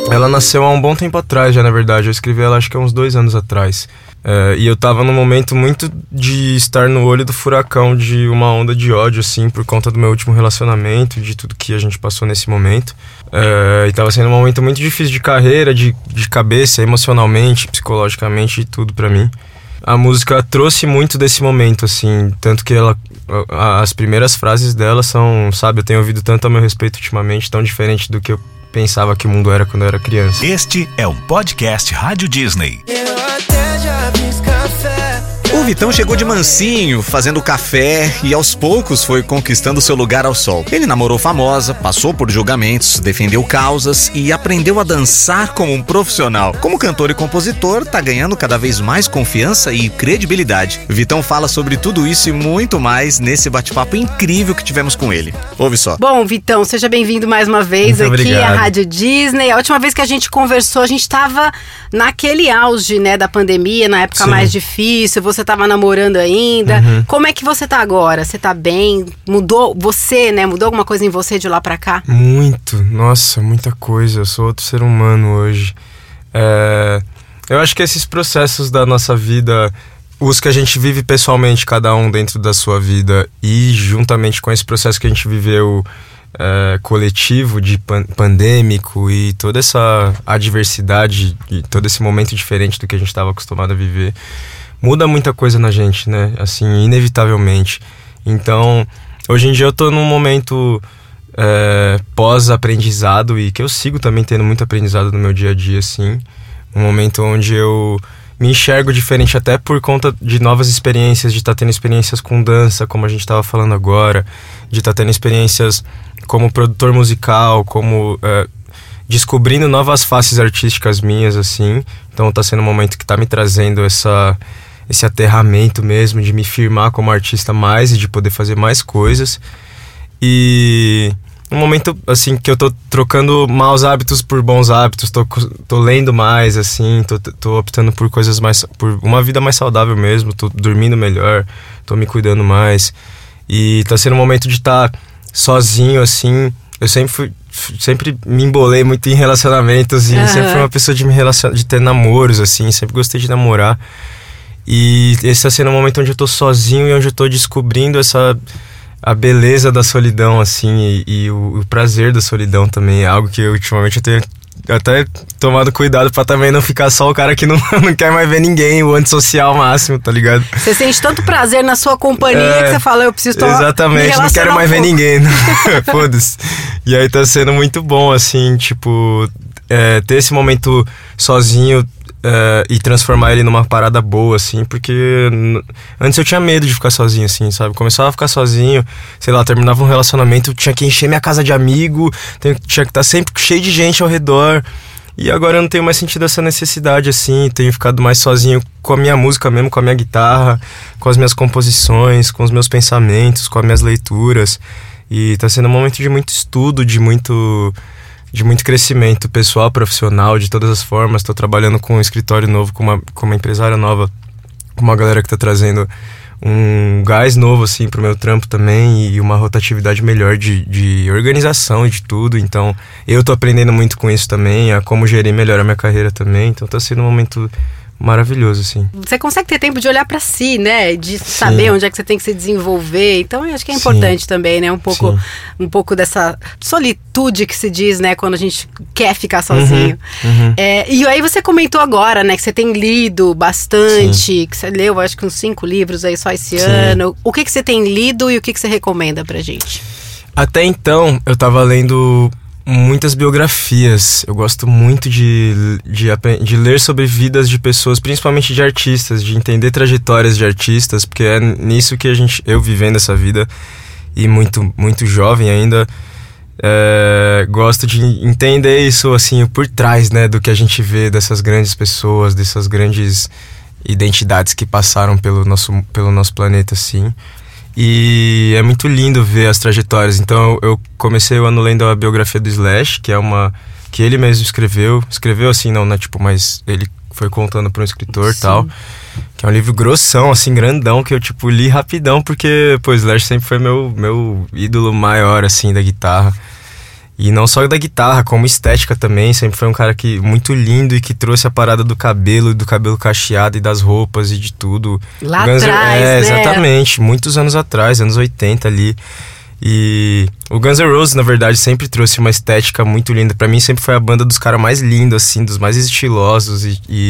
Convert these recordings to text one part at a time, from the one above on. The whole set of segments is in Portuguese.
Ela nasceu há um bom tempo atrás já, na verdade. Eu escrevi ela acho que há uns 2 anos atrás. E eu tava num momento muito de estar no olho do furacão, de uma onda de ódio, assim, por conta do meu último relacionamento, de tudo que a gente passou nesse momento. E tava sendo um momento muito difícil de carreira, de cabeça, emocionalmente, psicologicamente, tudo pra mim. A música trouxe muito desse momento, assim, tanto que as primeiras frases dela são, sabe, eu tenho ouvido tanto a meu respeito ultimamente, tão diferente do que eu pensava que o mundo era quando eu era criança. Este é um podcast Rádio Disney. Eu até já fiz café. O Vitão chegou de mansinho, fazendo café e aos poucos foi conquistando seu lugar ao sol. Ele namorou famosa, passou por julgamentos, defendeu causas e aprendeu a dançar como um profissional. Como cantor e compositor, tá ganhando cada vez mais confiança e credibilidade. Vitão fala sobre tudo isso e muito mais nesse bate-papo incrível que tivemos com ele. Ouve só. Bom, Vitão, seja bem-vindo mais uma vez Muito aqui obrigado. à Rádio Disney. A última vez que a gente conversou, a gente estava naquele auge, né, da pandemia, na época Sim. mais difícil, você estava namorando ainda. Como é que você tá agora? Você tá bem? Mudou você, né? Mudou alguma coisa em você de lá pra cá? Muito, nossa, muita coisa. Eu sou outro ser humano hoje. Eu acho que esses processos da nossa vida, os que a gente vive pessoalmente, cada um dentro da sua vida, e juntamente com esse processo que a gente viveu coletivo, de pandêmico, e toda essa adversidade e todo esse momento diferente do que a gente estava acostumado a viver, muda muita coisa na gente, né? Assim, inevitavelmente. Então, hoje em dia eu tô num momento pós-aprendizado, e que eu sigo também tendo muito aprendizado no meu dia a dia, assim. Um momento onde eu me enxergo diferente, até por conta de novas experiências, de estar tendo experiências com dança, como a gente estava falando agora, de estar tendo experiências como produtor musical, como descobrindo novas faces artísticas minhas, assim. Então tá sendo um momento que tá me trazendo esse aterramento mesmo, de me firmar como artista mais e de poder fazer mais coisas. E um momento, assim, que eu tô trocando maus hábitos por bons hábitos, tô lendo mais, assim, tô optando por coisas mais, por uma vida mais saudável mesmo, tô dormindo melhor, tô me cuidando mais. E tá sendo um momento de estar sozinho, assim. Eu sempre me embolei muito em relacionamentos, e sempre fui uma pessoa de ter namoros, assim, sempre gostei de namorar. E esse tá sendo um momento onde eu tô sozinho e onde eu tô descobrindo a beleza da solidão, assim, e o prazer da solidão também. É algo que ultimamente eu tenho até tomado cuidado pra também não ficar só o cara que não quer mais ver ninguém, o antissocial máximo, tá ligado? Você sente tanto prazer na sua companhia que você fala, eu preciso tomar. Exatamente, não quero mais ver ninguém. Foda-se. E aí tá sendo muito bom, assim, tipo, ter esse momento sozinho, e transformar ele numa parada boa, assim, porque antes eu tinha medo de ficar sozinho, assim, sabe? Começava a ficar sozinho, sei lá, terminava um relacionamento, tinha que encher minha casa de amigo, tinha que estar sempre cheio de gente ao redor. E agora eu não tenho mais sentido essa necessidade, assim, tenho ficado mais sozinho com a minha música mesmo, com a minha guitarra, com as minhas composições, com os meus pensamentos, com as minhas leituras. E tá sendo um momento de muito estudo, de muito crescimento pessoal, profissional, de todas as formas. Estou trabalhando com um escritório novo, com uma empresária nova, com uma galera que está trazendo um gás novo, assim, pro meu trampo também, e uma rotatividade melhor de organização e de tudo. Então, eu tô aprendendo muito com isso também, a como gerir melhor a minha carreira também. Então, tá sendo um momento maravilhoso, assim. Você consegue ter tempo de olhar pra si, né? De saber onde é que você tem que se desenvolver. Então, eu acho que é importante também, né? Um pouco dessa solitude que se diz, né? Quando a gente quer ficar sozinho. E aí você comentou agora, né? Que você tem lido bastante, que você leu, acho que uns 5 livros aí só esse ano. O que você tem lido e o que você recomenda pra gente? Até então, eu tava lendo muitas biografias. Eu gosto muito de ler sobre vidas de pessoas, principalmente de artistas, de entender trajetórias de artistas, porque é nisso que eu vivendo essa vida, e muito, muito jovem ainda, gosto de entender isso, assim, por trás, né, do que a gente vê dessas grandes pessoas, dessas grandes identidades que passaram pelo nosso planeta, assim. E é muito lindo ver as trajetórias. Então eu comecei o ano lendo a biografia do Slash, que é que ele mesmo escreveu assim, não, né, tipo, mas ele foi contando para um escritor e tal, que é um livro grossão, assim, grandão, que eu, tipo, li rapidão, porque, pô, Slash sempre foi meu ídolo maior, assim, da guitarra. E não só da guitarra, como estética também. Sempre foi um cara que muito lindo e que trouxe a parada do cabelo cacheado e das roupas e de tudo. Lá atrás, né? Exatamente. Muitos anos atrás, anos 80 ali. E o Guns N' Roses, na verdade, sempre trouxe uma estética muito linda. Pra mim, sempre foi a banda dos caras mais lindos, assim, dos mais estilosos.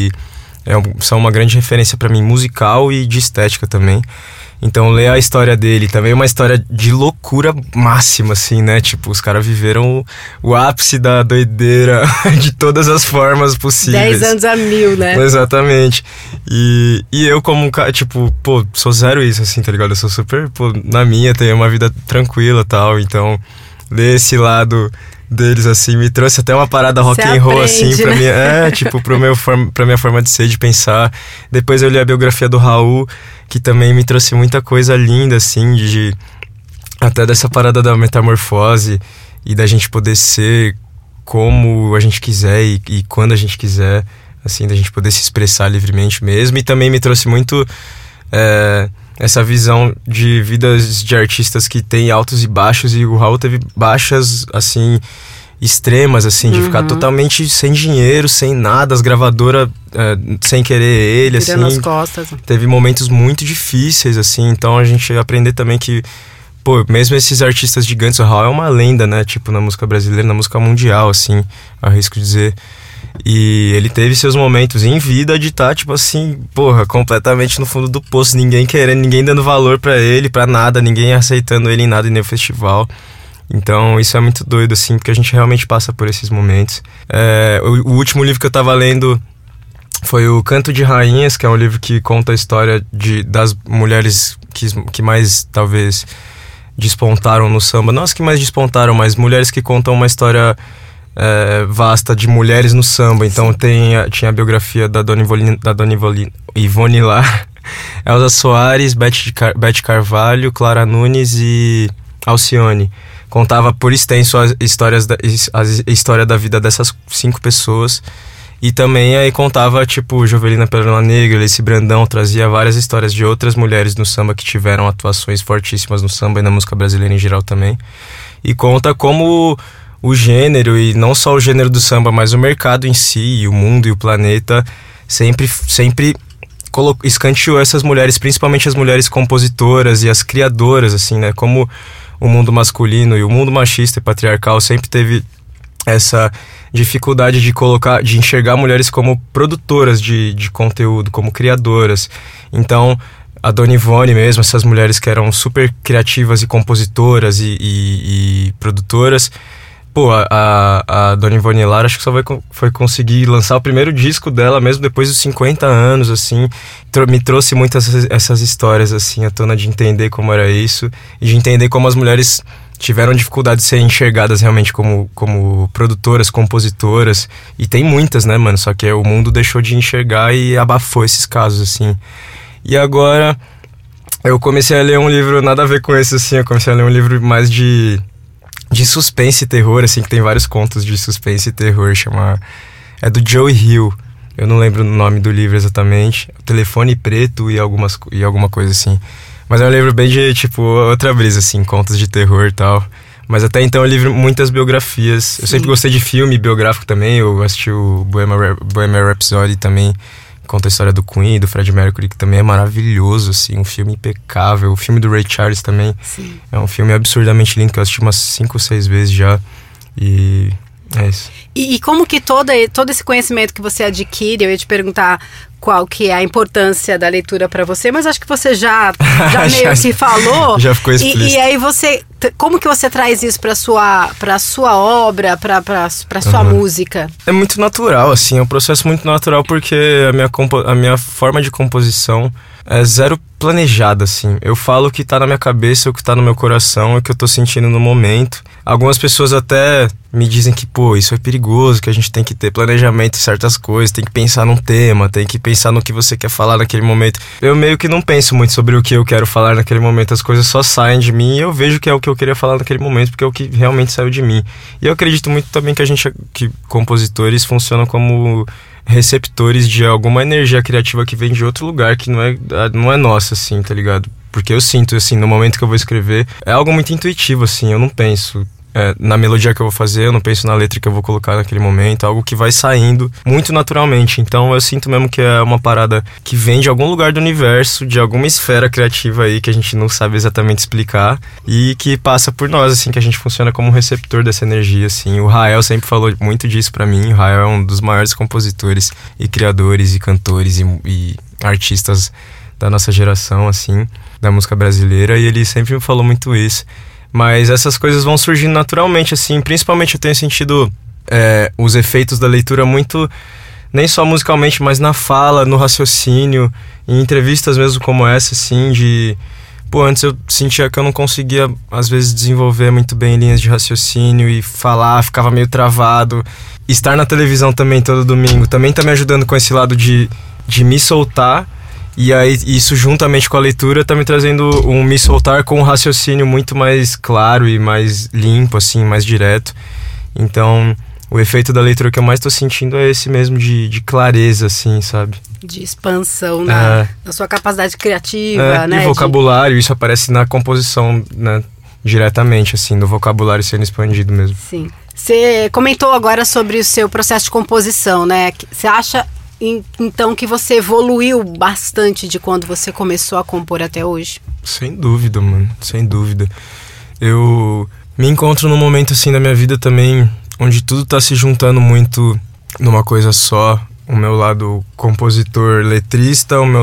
São uma grande referência pra mim, musical e de estética também. Então, ler a história dele também é uma história de loucura máxima, assim, né? Tipo, os caras viveram o ápice da doideira de todas as formas possíveis. 10 anos a 1000, né? Exatamente. E eu como, tipo, pô, sou zero isso, assim, tá ligado? Eu sou super, pô, na minha, tenho uma vida tranquila e tal. Então, ler esse lado deles, assim, me trouxe até uma parada rock and roll, assim, pra mim. Tipo, pra minha forma de ser, de pensar. Depois eu li a biografia do Raul, que também me trouxe muita coisa linda, assim, até dessa parada da metamorfose e da gente poder ser como a gente quiser e quando a gente quiser, assim, da gente poder se expressar livremente mesmo. E também me trouxe muito essa visão de vidas de artistas que tem altos e baixos, e o Raul teve baixas, assim, extremas, assim, de ficar totalmente sem dinheiro, sem nada, as gravadoras sem querer ele, tirando assim. as costas. Teve momentos muito difíceis, assim, então a gente aprender também que, pô, mesmo esses artistas gigantes, o Raul é uma lenda, né, tipo, na música brasileira, na música mundial, assim, arrisco dizer. E ele teve seus momentos em vida de estar, tipo assim, porra, completamente no fundo do poço, ninguém querendo, ninguém dando valor pra ele, pra nada, ninguém aceitando ele em nada, em nenhum festival. Então isso é muito doido, assim, porque a gente realmente passa por esses momentos. O último livro que eu tava lendo foi o Canto de Rainhas, que é um livro que conta a história das mulheres que mais, talvez, despontaram no samba. Não as que mais despontaram, mas mulheres que contam uma história vasta de mulheres no samba. Então tinha a biografia da Dona Ivone Lar, Elza Soares, Beth Carvalho, Clara Nunes e Alcione. Contava por extenso a história da vida dessas 5 pessoas. E também aí contava, tipo, Jovelina Pérola Negra, Alice Brandão, trazia várias histórias de outras mulheres no samba que tiveram atuações fortíssimas no samba e na música brasileira em geral também. E conta como o gênero, e não só o gênero do samba, mas o mercado em si, e o mundo e o planeta, sempre escanteou essas mulheres, principalmente as mulheres compositoras e as criadoras, assim, né? Como o mundo masculino e o mundo machista e patriarcal sempre teve essa dificuldade de enxergar mulheres como produtoras de conteúdo, como criadoras. Então, a Dona Ivone mesmo, essas mulheres que eram super criativas e compositoras e produtoras. Pô, a Dona Ivone Lara acho que só foi conseguir lançar o primeiro disco dela mesmo depois dos 50 anos, assim. Me trouxe muitas essas histórias, assim, à tona, de entender como era isso e de entender como as mulheres tiveram dificuldade de serem enxergadas realmente como produtoras, compositoras. E tem muitas, né, mano? Só que o mundo deixou de enxergar e abafou esses casos, assim. E agora eu comecei a ler um livro nada a ver com esse, assim. Eu comecei a ler um livro mais de suspense e terror, assim, que tem vários contos de suspense e terror. É do Joe Hill. Eu não lembro o nome do livro exatamente. Telefone Preto e alguma coisa assim. Mas é um livro bem de, tipo, outra brisa, assim, contos de terror e tal. Mas até então eu li muitas biografias. Sim. Eu sempre gostei de filme biográfico também. Eu assisti o Bohemian Rhapsody também. Conta a história do Queen, do Freddie Mercury, que também é maravilhoso, assim, um filme impecável. O filme do Ray Charles também. Sim. É um filme absurdamente lindo, que eu assisti umas 5 ou 6 vezes já. E é isso. E como que todo esse conhecimento que você adquire, eu ia te perguntar qual que é a importância da leitura para você, mas acho que você já meio que falou. Já ficou explícito. E aí como que você traz isso para sua obra, para sua música? É muito natural, assim, é um processo muito natural, porque a minha forma de composição é zero planejada, assim. Eu falo o que tá na minha cabeça, o que tá no meu coração, o que eu tô sentindo no momento. Algumas pessoas até me dizem que, pô, isso é perigoso, que a gente tem que ter planejamento em certas coisas, tem que pensar num tema, tem que pensar no que você quer falar naquele momento. Eu meio que não penso muito sobre o que eu quero falar naquele momento, as coisas só saem de mim e eu vejo que é o que eu queria falar naquele momento, porque é o que realmente saiu de mim. E eu acredito muito também que compositores funcionam como receptores de alguma energia criativa que vem de outro lugar, que não é nossa, assim, tá ligado? Porque eu sinto, assim, no momento que eu vou escrever, é algo muito intuitivo, assim, eu não penso. na melodia que eu vou fazer, eu não penso na letra que eu vou colocar naquele momento, algo que vai saindo muito naturalmente. Então eu sinto mesmo que é uma parada que vem de algum lugar do universo, de alguma esfera criativa aí que a gente não sabe exatamente explicar e que passa por nós, assim, que a gente funciona como um receptor dessa energia, assim. O Rael sempre falou muito disso pra mim. O Rael é um dos maiores compositores e criadores e cantores e artistas da nossa geração, assim, da música brasileira, e ele sempre me falou muito isso. Mas essas coisas vão surgindo naturalmente, assim. Principalmente eu tenho sentido os efeitos da leitura muito, nem só musicalmente, mas na fala, no raciocínio, em entrevistas mesmo como essa, assim, de... Pô, antes eu sentia que eu não conseguia, às vezes, desenvolver muito bem linhas de raciocínio e falar, ficava meio travado. Estar na televisão também todo domingo também tá me ajudando com esse lado de me soltar. E aí, isso juntamente com a leitura tá me trazendo um me soltar com um raciocínio muito mais claro e mais limpo, assim, mais direto. Então, o efeito da leitura que eu mais tô sentindo é esse mesmo de clareza, assim, sabe? De expansão da sua capacidade criativa, né? E vocabulário, isso aparece na composição, né? Diretamente, assim, no vocabulário sendo expandido mesmo. Sim. Você comentou agora sobre o seu processo de composição, né? Você acha... Então que você evoluiu bastante de quando você começou a compor até hoje? Sem dúvida, mano, sem dúvida. Eu me encontro num momento assim da minha vida também onde tudo tá se juntando muito numa coisa só. O meu lado compositor letrista, o meu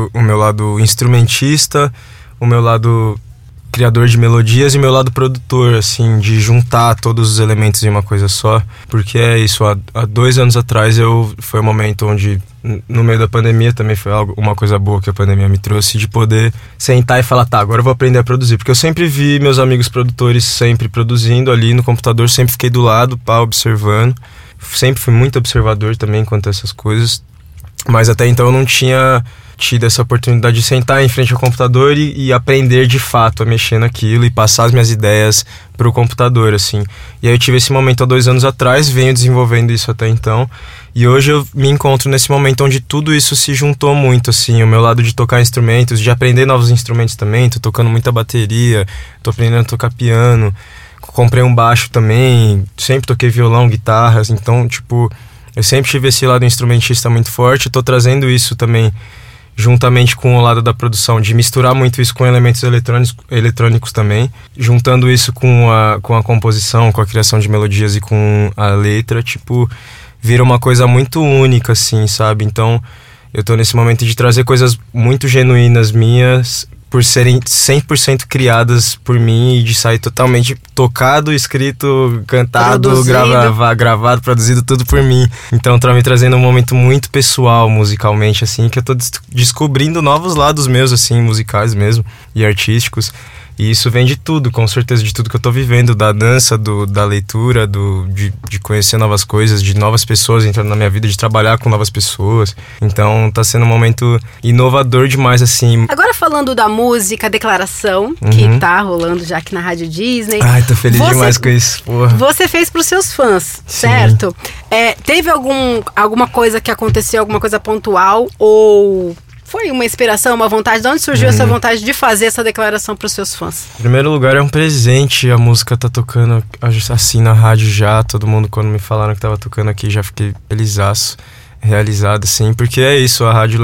lado instrumentista, o meu lado criador de melodias e meu lado produtor, assim, de juntar todos os elementos em uma coisa só. Porque é isso, há 2 anos atrás foi um momento onde, no meio da pandemia, também foi uma coisa boa que a pandemia me trouxe, de poder sentar e falar, tá, agora eu vou aprender a produzir. Porque eu sempre vi meus amigos produtores sempre produzindo ali no computador, sempre fiquei do lado, observando. Sempre fui muito observador também quanto a essas coisas. Mas até então eu não tinha tido essa oportunidade de sentar em frente ao computador e aprender de fato a mexer naquilo e passar as minhas ideias pro computador, assim. E aí eu tive esse momento há 2 anos atrás, venho desenvolvendo isso até então. E hoje eu me encontro nesse momento onde tudo isso se juntou muito, assim. O meu lado de tocar instrumentos, de aprender novos instrumentos também. Tô tocando muita bateria, tô aprendendo a tocar piano. Comprei um baixo também, sempre toquei violão, guitarras. Então, tipo, eu sempre tive esse lado instrumentista muito forte. Tô trazendo isso também juntamente com o lado da produção, de misturar muito isso com elementos eletrônicos também, juntando isso com a composição, com a criação de melodias e com a letra, tipo, vira uma coisa muito única, assim, sabe? Então, eu tô nesse momento de trazer coisas muito genuínas minhas, por serem 100% criadas por mim e de sair totalmente tocado, escrito, cantado, gravado, produzido, tudo por mim. Então tá me trazendo um momento muito pessoal musicalmente, assim, que eu tô descobrindo novos lados meus, assim, musicais mesmo e artísticos. E isso vem de tudo, com certeza, de tudo que eu tô vivendo, da dança, da leitura, de conhecer novas coisas, de novas pessoas entrando na minha vida, de trabalhar com novas pessoas. Então tá sendo um momento inovador demais, assim. Agora falando da música Declaração, que tá rolando já aqui na Rádio Disney. Ai, tô feliz demais com isso, porra. Você fez pros seus fãs, Sim. certo? Teve alguma coisa que aconteceu, alguma coisa pontual, ou... Foi uma inspiração, uma vontade? De onde surgiu essa vontade de fazer essa declaração para os seus fãs? Em primeiro lugar, é um presente. A música tá tocando assim na rádio já. Todo mundo, quando me falaram que tava tocando aqui, já fiquei felizaço, realizado, assim. Porque é isso, a rádio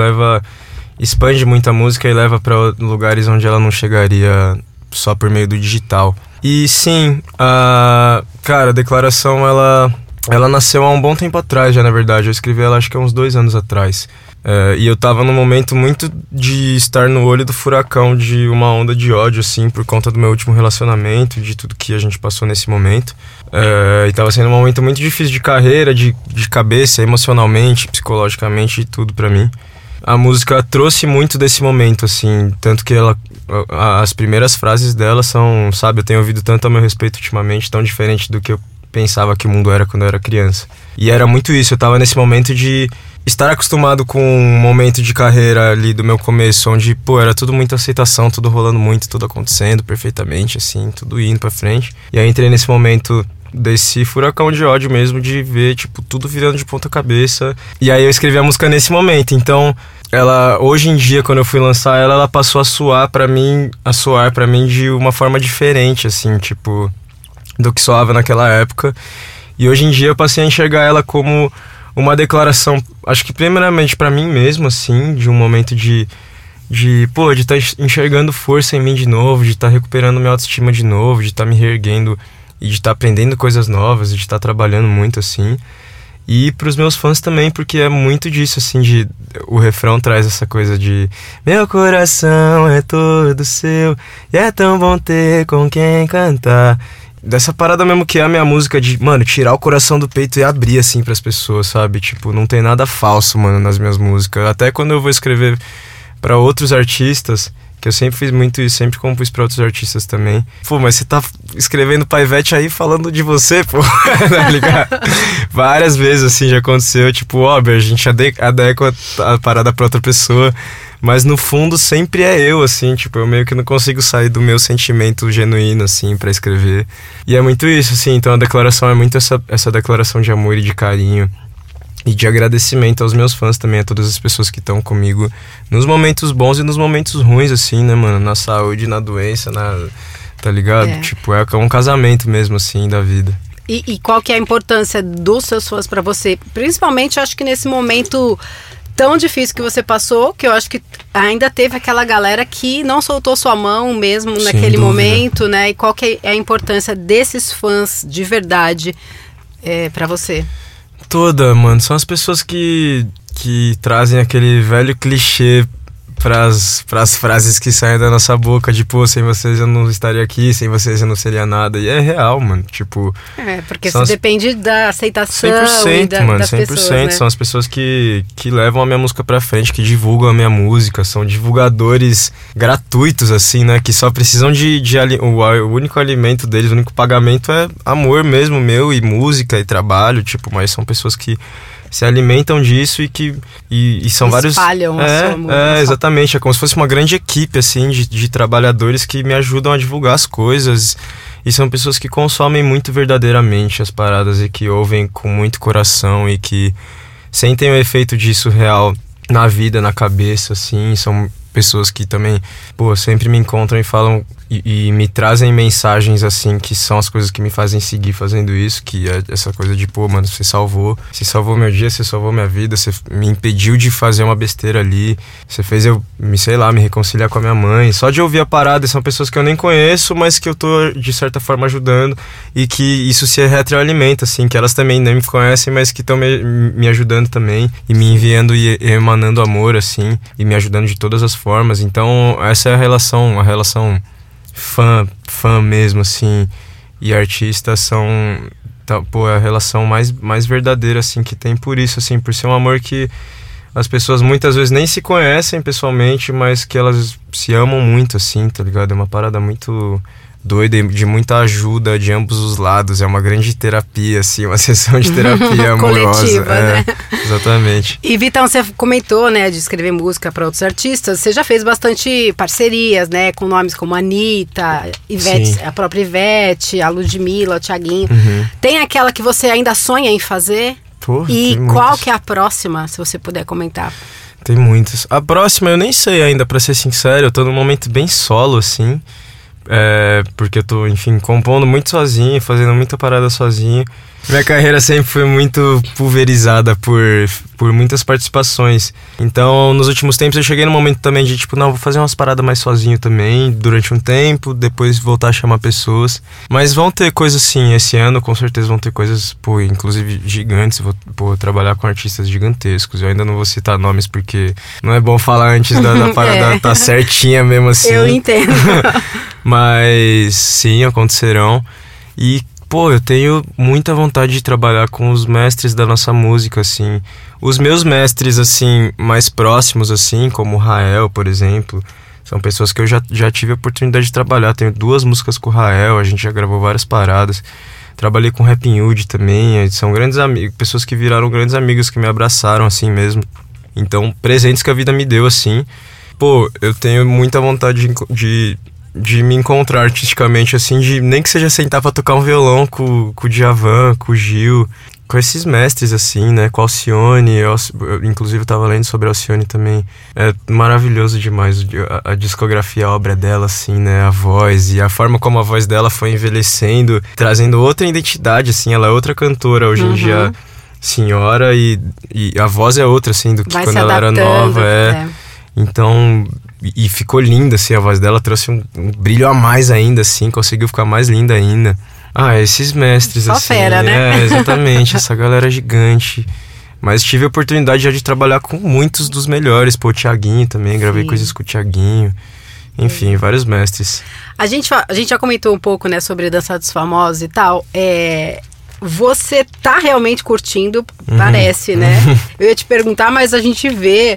expande muito a música e leva para lugares onde ela não chegaria só por meio do digital. E sim, cara, a declaração, ela nasceu há um bom tempo atrás já, na verdade. Eu escrevi ela acho que há uns 2 anos atrás. E eu tava num momento muito de estar no olho do furacão, de uma onda de ódio, assim, por conta do meu último relacionamento, de tudo que a gente passou nesse momento. E tava sendo um momento muito difícil de carreira, de cabeça, emocionalmente, psicologicamente, tudo pra mim. A música trouxe muito desse momento, assim, tanto que as primeiras frases dela são, sabe, eu tenho ouvido tanto a meu respeito ultimamente, tão diferente do que eu pensava que o mundo era quando eu era criança. E era muito isso, eu tava nesse momento de estar acostumado com um momento de carreira ali do meu começo, onde, pô, era tudo muita aceitação, tudo rolando muito, tudo acontecendo perfeitamente, assim, tudo indo pra frente. E aí entrei nesse momento desse furacão de ódio mesmo, de ver, tipo, tudo virando de ponta cabeça. E aí eu escrevi a música nesse momento, então ela, hoje em dia, quando eu fui lançar ela passou a soar pra mim de uma forma diferente, assim, tipo... do que soava naquela época. E hoje em dia eu passei a enxergar ela como uma declaração, acho que primeiramente pra mim mesmo, assim, de um momento de estar enxergando força em mim de novo, de estar recuperando minha autoestima de novo, de estar me reerguendo e de estar aprendendo coisas novas, de estar trabalhando muito, assim. E pros meus fãs também, porque é muito disso, assim, o refrão traz essa coisa de meu coração é todo seu e é tão bom ter com quem cantar. Dessa parada mesmo que é a minha música de, mano, tirar o coração do peito e abrir, assim, pras pessoas, sabe? Tipo, não tem nada falso, mano, nas minhas músicas. Até quando eu vou escrever pra outros artistas, que eu sempre fiz muito isso, sempre compus pra outros artistas também. Pô, mas você tá escrevendo pra Ivete aí falando de você, pô, tá ligado? Várias vezes, assim, já aconteceu, tipo, óbvio, a gente adequa a parada pra outra pessoa, mas no fundo sempre é eu, assim, tipo, eu meio que não consigo sair do meu sentimento genuíno, assim, pra escrever. E é muito isso, assim, então a declaração é muito essa declaração de amor e de carinho. E de agradecimento aos meus fãs também, a todas as pessoas que estão comigo nos momentos bons e nos momentos ruins, assim, né, mano? Na saúde, na doença, tá ligado? Tipo, é um casamento mesmo, assim, da vida. E qual que é a importância dos seus fãs pra você? Principalmente, acho que nesse momento tão difícil que você passou, que eu acho que ainda teve aquela galera que não soltou sua mão mesmo naquele momento, né? E qual que é a importância desses fãs de verdade pra você? Toda, mano. São as pessoas que trazem aquele velho clichê pras frases que saem da nossa boca, de, pô, sem vocês eu não estaria aqui, sem vocês eu não seria nada. E é real, mano. Tipo... porque você depende da aceitação 100%, mano, das 100%. pessoas, né? São as pessoas que levam a minha música pra frente, que divulgam a minha música. São divulgadores gratuitos, assim, né? Que só precisam o único alimento deles, o único pagamento é amor mesmo, meu, e música, e trabalho, tipo, mas são pessoas que se alimentam disso e são vários... Espalham a sua música. Exatamente. É como se fosse uma grande equipe, assim, de trabalhadores que me ajudam a divulgar as coisas. E são pessoas que consomem muito verdadeiramente as paradas e que ouvem com muito coração e que sentem o efeito disso real na vida, na cabeça, assim. São pessoas que também, pô, sempre me encontram e falam e me trazem mensagens, assim, que são as coisas que me fazem seguir fazendo isso, que é essa coisa de, pô, mano, você salvou meu dia, você salvou minha vida, você me impediu de fazer uma besteira ali, você fez eu, me reconciliar com a minha mãe. Só de ouvir a parada, são pessoas que eu nem conheço, mas que eu tô, de certa forma, ajudando e que isso se retroalimenta, assim, que elas também nem me conhecem, mas que estão me ajudando também e me enviando e emanando amor, assim, e me ajudando de todas as formas. Então, essa é a relação fã mesmo, assim, e artista são, pô, é a relação mais verdadeira, assim, que tem por isso, assim, por ser um amor que as pessoas muitas vezes nem se conhecem pessoalmente, mas que elas se amam muito, assim, tá ligado? É uma parada muito doida e de muita ajuda de ambos os lados. É uma grande terapia, assim, uma sessão de terapia amorosa. Coletiva, né? Exatamente. E Vitão, você comentou, né, de escrever música para outros artistas. Você já fez bastante parcerias, né, com nomes como a Anitta, Ivete, a própria Ivete, a Ludmilla, o Thiaguinho. Tem aquela que você ainda sonha em fazer? Porra, e qual que é a próxima, se você puder comentar? Tem muitas. A próxima eu nem sei ainda, pra ser sincero. Eu tô num momento bem solo, assim. Porque eu tô, enfim, compondo muito sozinho, fazendo muita parada sozinho. Minha carreira sempre foi muito pulverizada por muitas participações. Então, nos últimos tempos eu cheguei no momento também de, tipo, não, vou fazer umas paradas mais sozinho também, durante um tempo, depois voltar a chamar pessoas. Mas vão ter coisas, sim, esse ano com certeza vão ter coisas, pô, inclusive gigantes. Vou trabalhar com artistas gigantescos. Eu ainda não vou citar nomes porque não é bom falar antes da parada tá certinha mesmo, assim. Eu entendo. Mas, sim, acontecerão. E, pô, eu tenho muita vontade de trabalhar com os mestres da nossa música, assim. Os meus mestres, assim, mais próximos, assim, como o Rael, por exemplo, são pessoas que eu já tive a oportunidade de trabalhar. Tenho 2 músicas com o Rael, a gente já gravou várias paradas. Trabalhei com o Rapping Hood também, são grandes amigos, pessoas que viraram grandes amigos, que me abraçaram, assim mesmo. Então, presentes que a vida me deu, assim. Pô, eu tenho muita vontade de me encontrar artisticamente, assim, de nem que seja sentar pra tocar um violão com o Djavan, com o Gil, com esses mestres, assim, né? Com a Alcione. Eu, inclusive, eu tava lendo sobre a Alcione também. É maravilhoso demais a discografia, a obra dela, assim, né? A voz e a forma como a voz dela foi envelhecendo, trazendo outra identidade, assim. Ela é outra cantora hoje em dia, senhora, e a voz é outra, assim, do que vai quando ela era nova. É. Então... E ficou linda, assim, a voz dela trouxe um brilho a mais ainda, assim, conseguiu ficar mais linda ainda. Esses mestres, só assim. fera, né? Exatamente, essa galera gigante. Mas tive a oportunidade já de trabalhar com muitos dos melhores. Pô, o Thiaguinho também, gravei coisas com o Thiaguinho. Enfim, vários mestres. A gente já comentou um pouco, né, sobre Dança dos Famosos e tal. Você tá realmente curtindo, parece, né? Eu ia te perguntar, mas a gente vê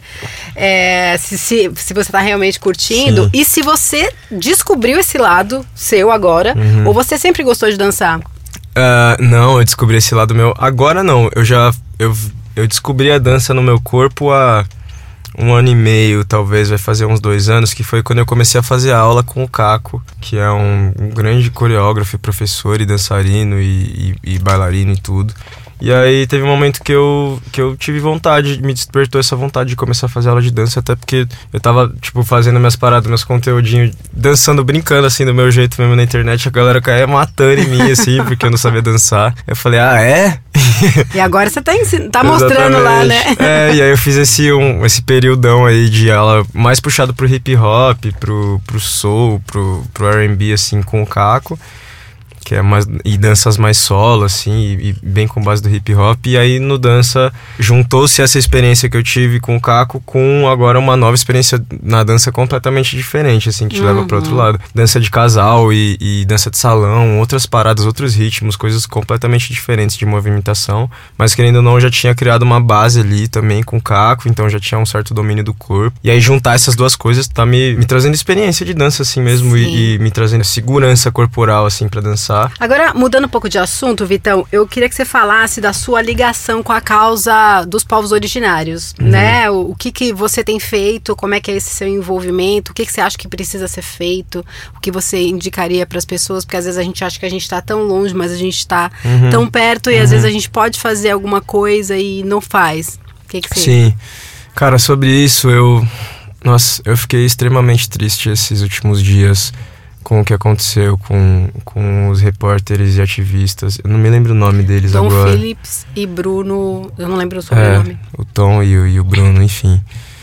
se você tá realmente curtindo. Sim. E se você descobriu esse lado seu agora, ou você sempre gostou de dançar? Não, eu descobri esse lado meu. Agora não, eu descobri a dança no meu corpo há 1 ano e meio, talvez, vai fazer uns 2 anos, que foi quando eu comecei a fazer aula com o Caco, que é um grande coreógrafo, professor e dançarino e bailarino e tudo. E aí teve um momento que eu tive vontade, me despertou essa vontade de começar a fazer aula de dança, até porque eu tava, tipo, fazendo minhas paradas, meus conteúdinhos, dançando, brincando, assim, do meu jeito mesmo na internet, a galera caía matando em mim, assim, porque eu não sabia dançar. Eu falei, é? E agora você tá mostrando lá, né? E aí eu fiz esse periodão aí de aula mais puxado pro hip hop, pro soul, pro R&B, assim, com o Caco, que é mais, e danças mais solo, assim, e bem com base do hip hop. E aí no dança juntou-se essa experiência que eu tive com o Caco com agora uma nova experiência na dança completamente diferente, assim, que te leva para outro lado. Dança de casal e dança de salão, outras paradas, outros ritmos, coisas completamente diferentes de movimentação. Mas querendo ou não, eu já tinha criado uma base ali também com o Caco, então já tinha um certo domínio do corpo. E aí juntar essas duas coisas tá me trazendo experiência de dança, assim mesmo, e me trazendo segurança corporal, assim, pra dançar. Agora, mudando um pouco de assunto, Vitão, eu queria que você falasse da sua ligação com a causa dos povos originários, né? O que você tem feito, como é que é esse seu envolvimento, o que você acha que precisa ser feito, o que você indicaria para as pessoas, porque às vezes a gente acha que a gente está tão longe, mas a gente está tão perto e às vezes a gente pode fazer alguma coisa e não faz. O que você... Sim. Cara, sobre isso, eu fiquei extremamente triste esses últimos dias com o que aconteceu com os repórteres e ativistas. Eu não me lembro o nome deles Tom agora. Tom Phillips e Bruno... Eu não lembro o sobrenome. O Tom e o Bruno, enfim.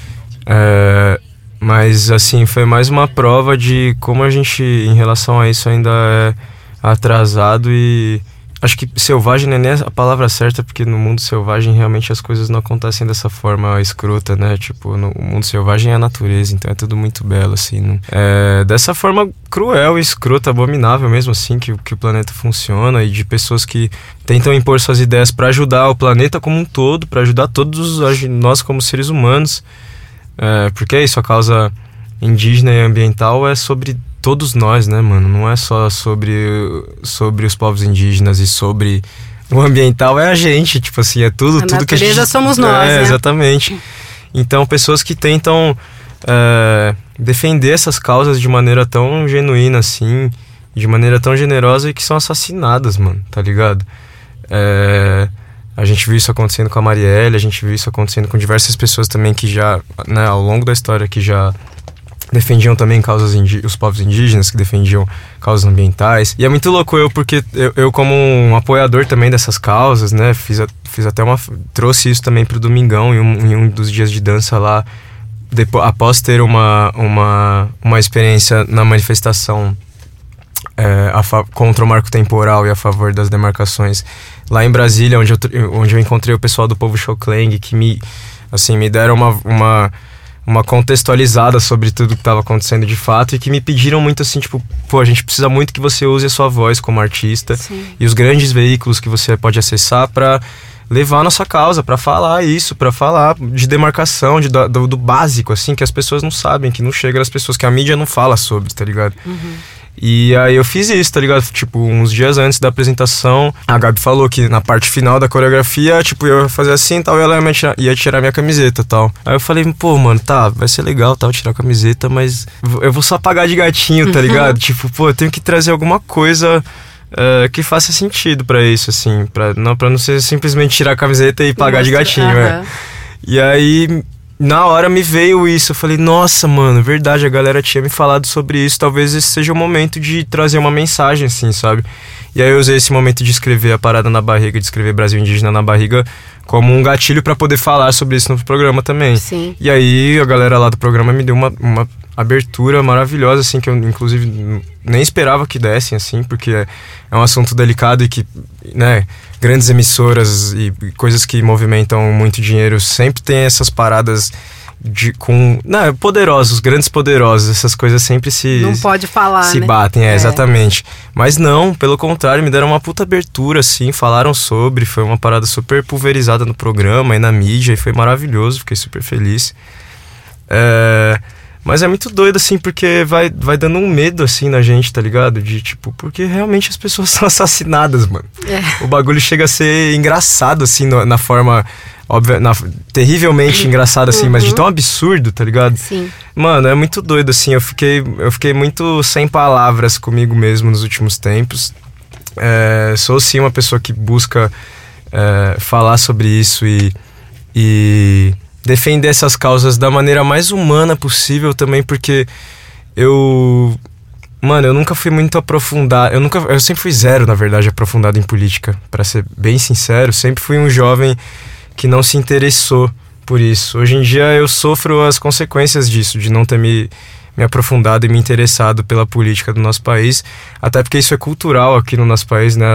Mas, assim, foi mais uma prova de como a gente, em relação a isso, ainda é atrasado e... Acho que selvagem não é nem a palavra certa, porque no mundo selvagem realmente as coisas não acontecem dessa forma escrota, né? Tipo, no mundo selvagem é a natureza, então é tudo muito belo, assim. Dessa forma cruel, escrota, abominável mesmo, assim, que o planeta funciona, e de pessoas que tentam impor suas ideias para ajudar o planeta como um todo, para ajudar todos nós como seres humanos. Porque é isso, a causa indígena e ambiental é sobre todos nós, né, mano? Não é só sobre os povos indígenas e sobre o ambiental, é a gente, tipo assim, é tudo que a gente... A natureza somos nós, né? Exatamente. Então, pessoas que tentam defender essas causas de maneira tão genuína, assim, de maneira tão generosa, e que são assassinadas, mano, tá ligado? A gente viu isso acontecendo com a Marielle, a gente viu isso acontecendo com diversas pessoas também que já, né, ao longo da história, que já defendiam também causas os povos indígenas, que defendiam causas ambientais. E é muito louco porque eu como um apoiador também dessas causas, né, fiz até trouxe isso também pro Domingão em um dos dias de dança lá, após ter uma experiência na manifestação contra o marco temporal e a favor das demarcações lá em Brasília, onde eu encontrei o pessoal do Povo Xocleng, que me deram uma contextualizada sobre tudo que estava acontecendo de fato, e que me pediram muito assim, tipo, a gente precisa muito que você use a sua voz como artista. Sim. E os grandes veículos que você pode acessar para levar a nossa causa, para falar isso, para falar de demarcação, do básico, assim, que as pessoas não sabem, que não chega nas pessoas, que a mídia não fala sobre, tá ligado? E aí eu fiz isso, tá ligado? Tipo, uns dias antes da apresentação, a Gabi falou que na parte final da coreografia, tipo, eu ia fazer assim e tal, e ela ia tirar minha camiseta e tal. Aí eu falei, pô, mano, tá, vai ser legal, tal, tirar a camiseta, mas eu vou só pagar de gatinho, tá ligado? Tipo, pô, eu tenho que trazer alguma coisa que faça sentido pra isso, assim, pra não ser simplesmente tirar a camiseta e pagar de gatinho, E aí, na hora me veio isso, eu falei, nossa, mano, verdade, a galera tinha me falado sobre isso, talvez esse seja o momento de trazer uma mensagem, assim, sabe? E aí eu usei esse momento de escrever a parada na barriga, de escrever Brasil Indígena na barriga, como um gatilho pra poder falar sobre isso no programa também. Sim. E aí a galera lá do programa me deu uma abertura maravilhosa, assim, que eu inclusive nem esperava que dessem, assim, porque é um assunto delicado e que, né, grandes emissoras e coisas que movimentam muito dinheiro sempre tem essas paradas poderosos, grandes poderosos, essas coisas sempre não pode falar, se né? batem, exatamente. Mas não, pelo contrário, me deram uma puta abertura, assim, falaram sobre, foi uma parada super pulverizada no programa e na mídia, e foi maravilhoso, fiquei super feliz. Mas é muito doido, assim, porque vai dando um medo, assim, na gente, tá ligado? De, tipo, porque realmente as pessoas são assassinadas, mano. O bagulho chega a ser engraçado, assim, na forma... Óbvio, terrivelmente engraçado, assim, mas de tão absurdo, tá ligado? Sim. Mano, é muito doido, assim, eu fiquei muito sem palavras comigo mesmo nos últimos tempos. Sou, sim, uma pessoa que busca falar sobre isso e defender essas causas da maneira mais humana possível também, porque eu nunca fui muito aprofundado, eu sempre fui zero, na verdade, aprofundado em política, pra ser bem sincero, sempre fui um jovem que não se interessou por isso. Hoje em dia eu sofro as consequências disso, de não ter me aprofundado e me interessado pela política do nosso país, até porque isso é cultural aqui no nosso país, né?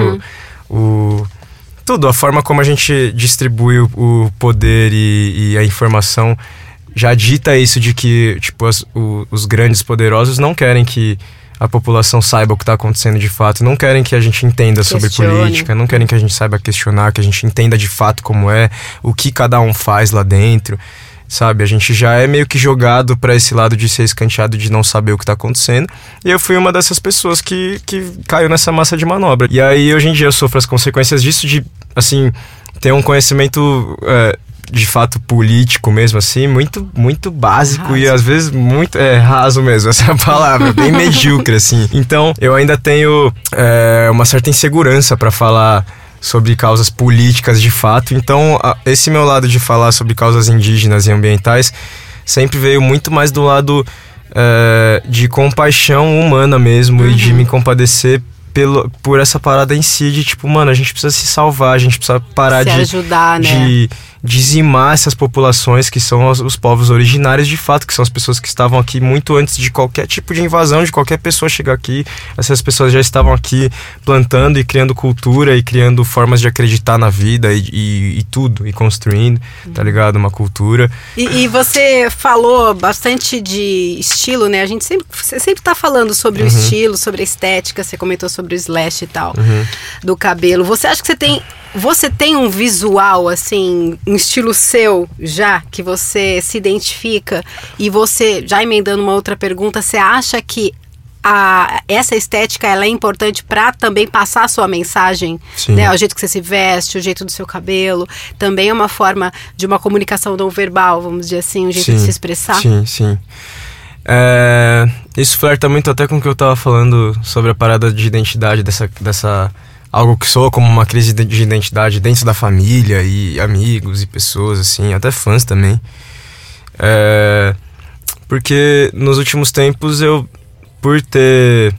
Tudo, a forma como a gente distribui o poder e a informação já dita isso de que, tipo, os grandes poderosos não querem que a população saiba o que está acontecendo de fato, não querem que a gente entenda sobre política, não querem que a gente saiba questionar, que a gente entenda de fato como é, o que cada um faz lá dentro, sabe? A gente já é meio que jogado para esse lado de ser escanteado, de não saber o que está acontecendo, e eu fui uma dessas pessoas que caiu nessa massa de manobra. E aí, hoje em dia, eu sofro as consequências disso, de, assim, ter um conhecimento... de fato político mesmo, assim, muito, muito básico raso. E às vezes muito raso mesmo, essa é a palavra, bem medíocre, assim. Então, eu ainda tenho uma certa insegurança pra falar sobre causas políticas de fato. Então, esse meu lado de falar sobre causas indígenas e ambientais sempre veio muito mais do lado de compaixão humana mesmo, e de me compadecer por essa parada em si, de tipo, mano, a gente precisa se salvar, a gente precisa parar de dizimar essas populações que são os povos originários de fato, que são as pessoas que estavam aqui muito antes de qualquer tipo de invasão, de qualquer pessoa chegar aqui. Essas pessoas já estavam aqui plantando e criando cultura e criando formas de acreditar na vida e tudo, e construindo, tá ligado? Uma cultura. E você falou bastante de estilo, né? Você sempre tá falando sobre o estilo, sobre a estética, você comentou sobre o slash e tal, do cabelo. Você acha que você tem um visual, assim, um estilo seu já, que você se identifica? E você, já emendando uma outra pergunta, você acha que essa estética ela é importante para também passar a sua mensagem? Né? O jeito que você se veste, o jeito do seu cabelo, também é uma forma de uma comunicação não verbal, vamos dizer assim, um jeito de se expressar? Sim. Isso flerta muito até com o que eu tava falando sobre a parada de identidade, dessa algo que soa como uma crise de identidade dentro da família e amigos e pessoas, assim, até fãs também. Porque nos últimos tempos eu, por ter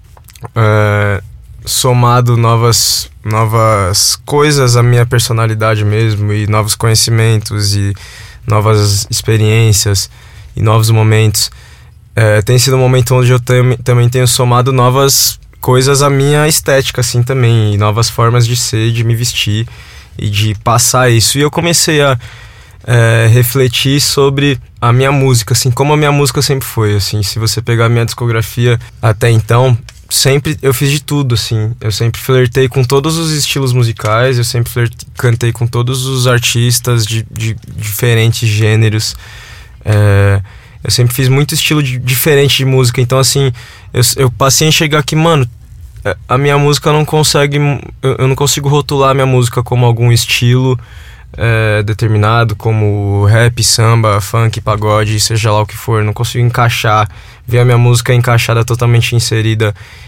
somado novas coisas à minha personalidade mesmo, e novos conhecimentos e novas experiências e novos momentos, tem sido um momento onde eu também tenho somado novas coisas à minha estética, assim, também, e novas formas de ser, de me vestir e de passar isso. E eu comecei a refletir sobre a minha música, assim, como a minha música sempre foi, assim. Se você pegar a minha discografia até então, sempre eu fiz de tudo, assim. Eu sempre flertei com todos os estilos musicais, eu sempre cantei com todos os artistas de diferentes gêneros. Eu sempre fiz muito estilo diferente de música. Então, assim, eu passei a enxergar que, mano, a minha música não consegue... Eu não consigo rotular a minha música como algum estilo determinado, como rap, samba, funk, pagode, seja lá o que for. Eu não consigo ver a minha música encaixada, totalmente inserida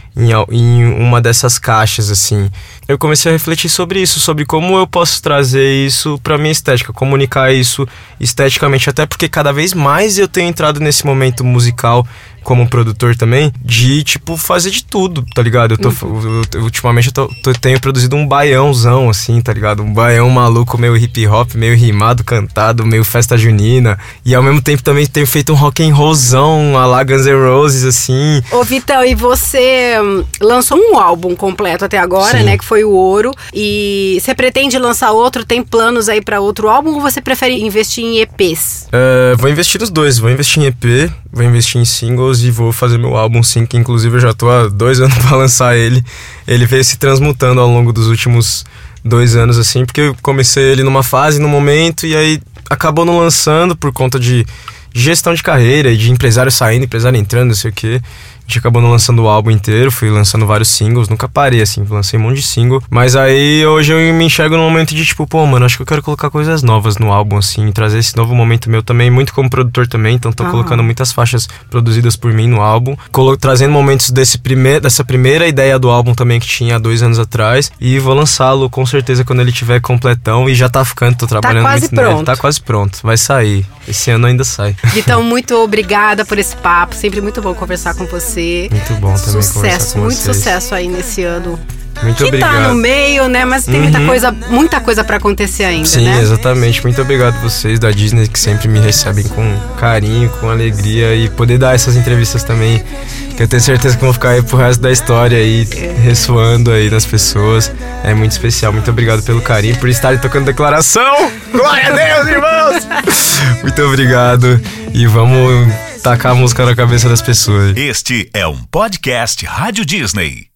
em uma dessas caixas, assim. Eu comecei a refletir sobre isso, sobre como eu posso trazer isso pra minha estética, comunicar isso esteticamente, até porque cada vez mais eu tenho entrado nesse momento musical como produtor também, de, tipo, fazer de tudo, tá ligado? Ultimamente eu tenho produzido um baiãozão, assim, tá ligado? Um baião maluco, meio hip hop, meio rimado, cantado, meio festa junina. E ao mesmo tempo também tenho feito um rock and rollzão, a la Guns N' Roses, assim. Ô, Vitão, e você lançou um álbum completo até agora, Sim. né? Que foi o Ouro. E você pretende lançar outro? Tem planos aí pra outro álbum ou você prefere investir em EPs? Vou investir nos dois, vou investir em EP, vou investir em singles e vou fazer meu álbum sim, que inclusive eu já tô há 2 anos pra lançar ele. Ele veio se transmutando ao longo dos últimos 2 anos, assim, porque eu comecei ele numa fase, num momento, e aí acabou não lançando por conta de gestão de carreira e de empresário saindo, empresário entrando, não sei o quê. A gente acabou não lançando o álbum inteiro, fui lançando vários singles, nunca parei, assim, lancei um monte de single. Mas aí, hoje eu me enxergo num momento de tipo, pô, mano, acho que eu quero colocar coisas novas no álbum, assim, trazer esse novo momento meu também, muito como produtor também, então tô colocando muitas faixas produzidas por mim no álbum, trazendo momentos dessa primeira ideia do álbum também que tinha há 2 anos atrás, e vou lançá-lo com certeza quando ele tiver completão, e já tá ficando, tô trabalhando quase muito pronto. nele, tá quase pronto, vai sair, esse ano ainda sai. Vitão, muito obrigada por esse papo, sempre muito bom conversar com você. Muito bom também conversar Sucesso, com muito vocês. sucesso aí nesse ano. Muito que obrigado. tá no meio, né? Mas tem muita coisa pra acontecer ainda, Sim, né? exatamente. Muito obrigado vocês da Disney que sempre me recebem com carinho, com alegria, e poder dar essas entrevistas também, que eu tenho certeza que vão ficar aí pro resto da história aí, ressoando aí nas pessoas. É muito especial. Muito obrigado pelo carinho, por estarem tocando declaração. Glória a Deus, irmãos! Muito obrigado e vamos tacar a música na cabeça das pessoas. Este é um podcast Rádio Disney.